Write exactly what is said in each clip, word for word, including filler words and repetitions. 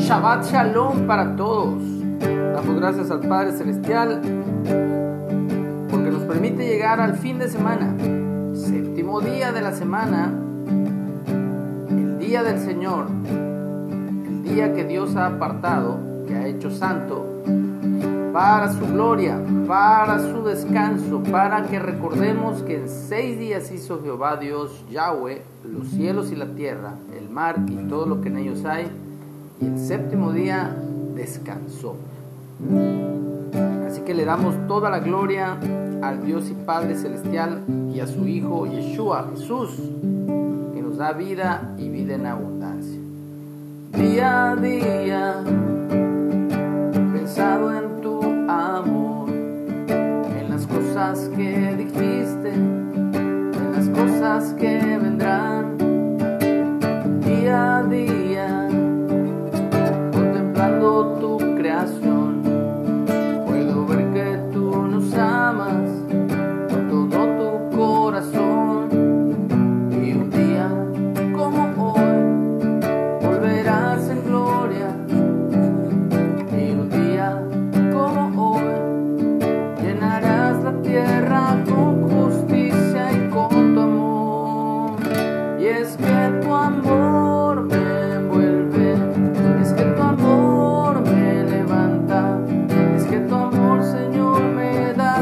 Shabbat Shalom para todos. Damos gracias al Padre Celestial porque nos permite llegar al fin de semana, séptimo día de la semana, el día del Señor, el día que Dios ha apartado, que ha hecho santo, para su gloria, para su descanso, para que recordemos que en seis días hizo Jehová Dios, Yahweh, los cielos y la tierra, el mar y todo lo que en ellos hay, y el séptimo día descansó. Así que le damos toda la gloria al Dios y Padre Celestial y a su Hijo Yeshua, Jesús, que nos da vida y vida en abundancia. Día a día, pensado en tu amor, en las cosas que dijiste, en las cosas que vendrán. Día a día, contemplando tu creación, puedo ver que tú nos amas con todo tu corazón. Y un día como hoy volverás en gloria. Y un día como hoy llenarás la tierra con justicia y con tu amor. Y es que tu amor me envuelve, es que tu amor me levanta, es que tu amor, Señor, me da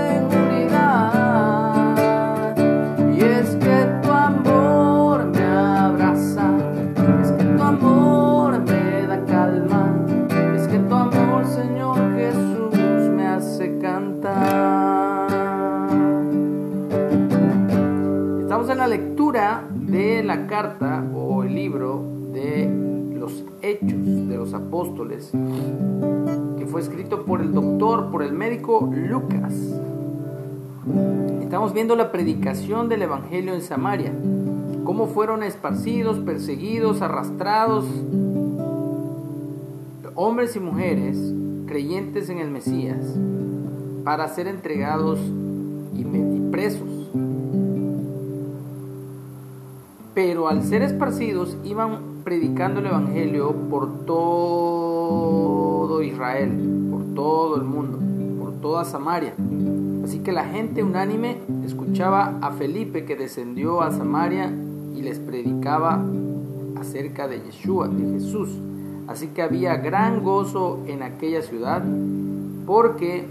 seguridad. Y es que tu amor me abraza, es que tu amor me da calma, es que tu amor, Señor Jesús, me hace cantar. Estamos en la lectura de la carta o el libro de los Hechos de los Apóstoles, que fue escrito por el doctor, por el médico Lucas. Estamos viendo la predicación del Evangelio en Samaria, cómo fueron esparcidos, perseguidos, arrastrados, hombres y mujeres creyentes en el Mesías, para ser entregados y presos. Pero al ser esparcidos, iban predicando el Evangelio por todo Israel, por todo el mundo, por toda Samaria. Así que la gente unánime escuchaba a Felipe, que descendió a Samaria y les predicaba acerca de Yeshua, de Jesús. Así que había gran gozo en aquella ciudad, porque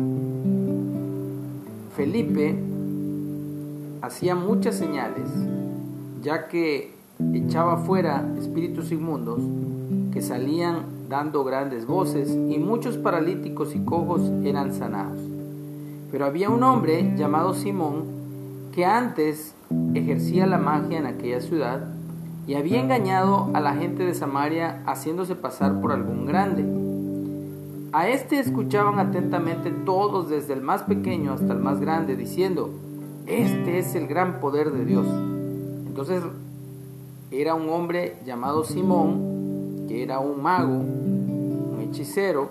Felipe hacía muchas señales, ya que echaba fuera espíritus inmundos que salían dando grandes voces, y muchos paralíticos y cojos eran sanados. Pero había un hombre llamado Simón, que antes ejercía la magia en aquella ciudad y había engañado a la gente de Samaria haciéndose pasar por algún grande. A este escuchaban atentamente todos, desde el más pequeño hasta el más grande, diciendo: este es el gran poder de Dios. Entonces era un hombre llamado Simón, que era un mago, un hechicero,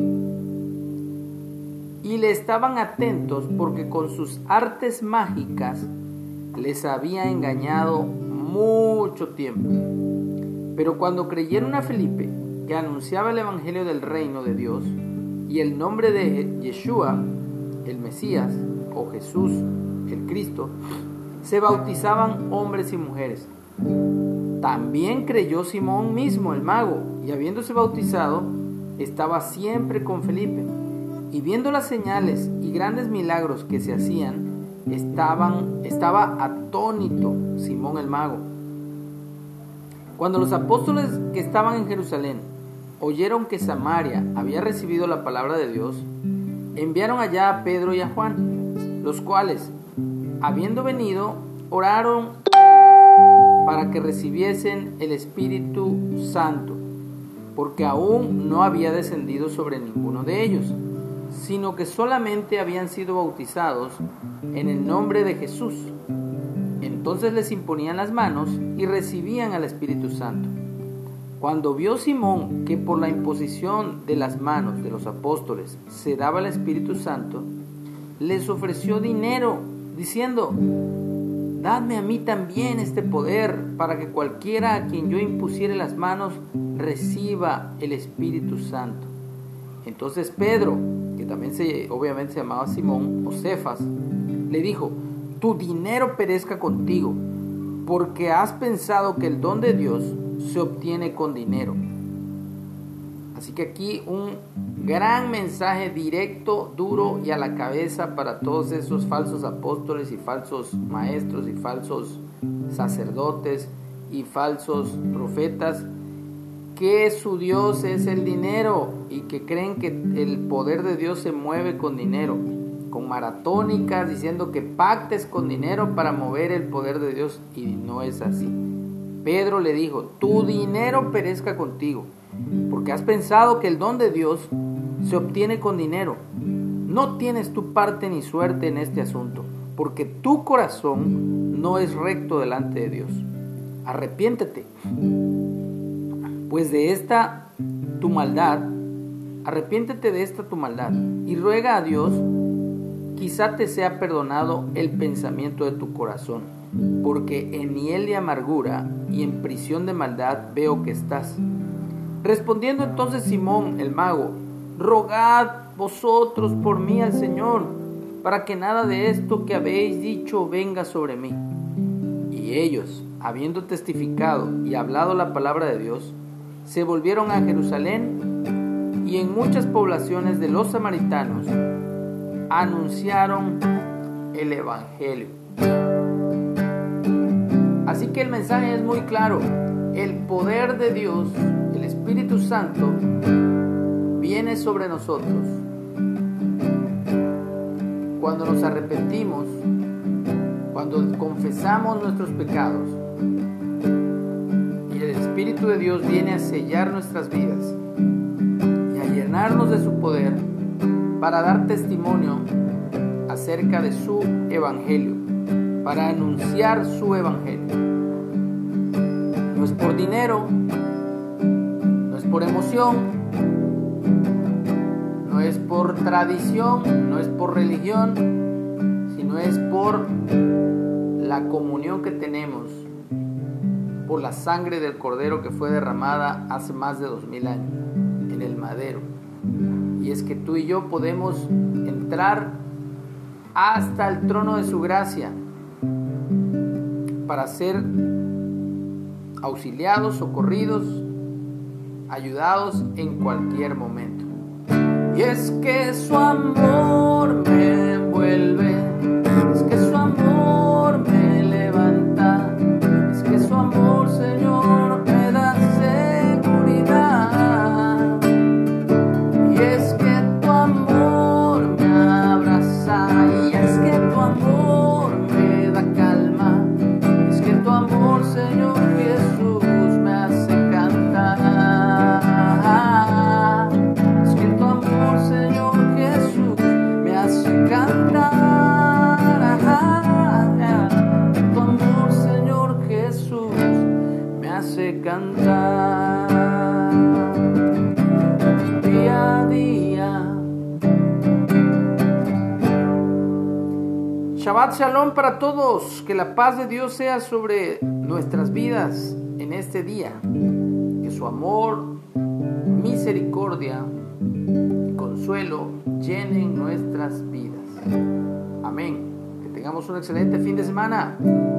y le estaban atentos porque con sus artes mágicas les había engañado mucho tiempo. Pero cuando creyeron a Felipe, que anunciaba el evangelio del reino de Dios y el nombre de Yeshua, el Mesías, o Jesús, el Cristo, se bautizaban hombres y mujeres. También creyó Simón mismo, el mago, y habiéndose bautizado, estaba siempre con Felipe. Y viendo las señales y grandes milagros que se hacían, estaban, estaba atónito Simón el mago. Cuando los apóstoles que estaban en Jerusalén oyeron que Samaria había recibido la palabra de Dios, enviaron allá a Pedro y a Juan, los cuales, habiendo venido, oraron para que recibiesen el Espíritu Santo, porque aún no había descendido sobre ninguno de ellos, sino que solamente habían sido bautizados en el nombre de Jesús. Entonces les imponían las manos y recibían al Espíritu Santo. Cuando vio Simón que por la imposición de las manos de los apóstoles se daba el Espíritu Santo, les ofreció dinero, diciendo: dadme a mí también este poder, para que cualquiera a quien yo impusiere las manos reciba el Espíritu Santo. Entonces Pedro, que también se, obviamente se llamaba Simón o Cefas, le dijo: tu dinero perezca contigo, porque has pensado que el don de Dios se obtiene con dinero. Así que aquí un gran mensaje directo, duro y a la cabeza para todos esos falsos apóstoles y falsos maestros y falsos sacerdotes y falsos profetas, que su Dios es el dinero y que creen que el poder de Dios se mueve con dinero, con maratónicas diciendo que pactes con dinero para mover el poder de Dios, y no es así. Pedro le dijo: tu dinero perezca contigo, porque has pensado que el don de Dios se obtiene con dinero. No tienes tu parte ni suerte en este asunto, porque tu corazón no es recto delante de Dios. Arrepiéntete, pues de esta tu maldad, arrepiéntete de esta tu maldad, y ruega a Dios, quizá te sea perdonado el pensamiento de tu corazón, porque en hiel de amargura y en prisión de maldad veo que estás. Respondiendo entonces Simón el mago: rogad vosotros por mí al Señor, para que nada de esto que habéis dicho venga sobre mí. Y ellos, habiendo testificado y hablado la palabra de Dios, se volvieron a Jerusalén, y en muchas poblaciones de los samaritanos anunciaron el Evangelio. Así que el mensaje es muy claro: el poder de Dios, el Espíritu Santo, viene sobre nosotros cuando nos arrepentimos, cuando confesamos nuestros pecados, y el Espíritu de Dios viene a sellar nuestras vidas y a llenarnos de su poder para dar testimonio acerca de su Evangelio, para anunciar su Evangelio. No es por dinero, no es por emoción, no es por tradición, no es por religión, sino es por la comunión que tenemos por la sangre del Cordero que fue derramada hace más de dos mil años en el madero. Y es que tú y yo podemos entrar hasta el trono de su gracia para ser auxiliados, socorridos, ayudados en cualquier momento. Y es que su amor me envuelve, es que su amor me levanta, es que su amor, Señor, me da seguridad. Y es que tu amor me abraza, y es que tu amor me da calma, es que tu amor, Señor Jesús, me hace cantar. Es que tu amor, Señor Jesús, me hace cantar. Tu amor, Señor Jesús, me hace cantar día a día. Shabbat Shalom para todos, que la paz de Dios sea sobre nuestras vidas en este día, que su amor, misericordia y consuelo llenen nuestras vidas. Amén. Que tengamos un excelente fin de semana.